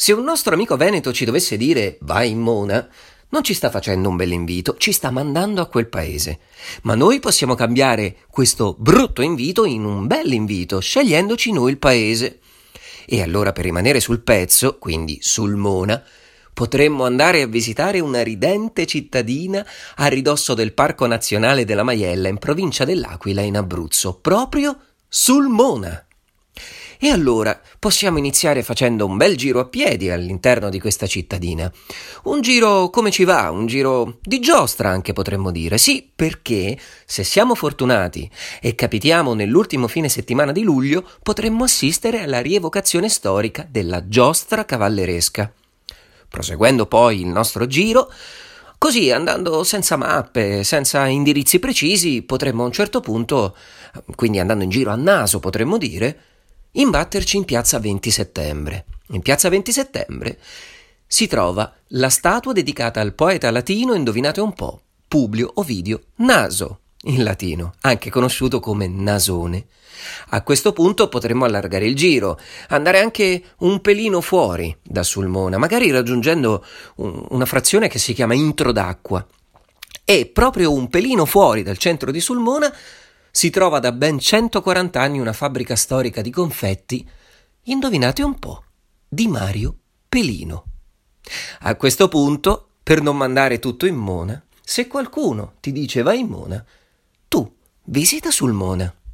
Se un nostro amico veneto ci dovesse dire vai in Mona, non ci sta facendo un bell'invito, ci sta mandando a quel paese. Ma noi possiamo cambiare questo brutto invito in un bell'invito, scegliendoci noi il paese. E allora, per rimanere sul pezzo, quindi sul Mona, potremmo andare a visitare una ridente cittadina a ridosso del Parco Nazionale della Maiella in provincia dell'Aquila in Abruzzo, proprio sul Mona. E allora possiamo iniziare facendo un bel giro a piedi all'interno di questa cittadina. Un giro come ci va, un giro di giostra anche potremmo dire. Sì, perché se siamo fortunati e capitiamo nell'ultimo fine settimana di luglio, potremmo assistere alla rievocazione storica della giostra cavalleresca. Proseguendo poi il nostro giro, così andando senza mappe, senza indirizzi precisi, potremmo a un certo punto, quindi andando in giro a naso potremmo dire, imbatterci in piazza 20 settembre. In piazza 20 settembre si trova la statua dedicata al poeta latino, indovinate un po', Publio Ovidio Naso, in latino, anche conosciuto come Nasone. A questo punto potremmo allargare il giro, andare anche un pelino fuori da Sulmona, magari raggiungendo una frazione che si chiama Intro d'Acqua. E proprio un pelino fuori dal centro di Sulmona si trova da ben 140 anni una fabbrica storica di confetti, indovinate un po', di Mario Pelino. A questo punto, per non mandare tutto in Mona, se qualcuno ti dice vai in Mona, tu visita Sulmona.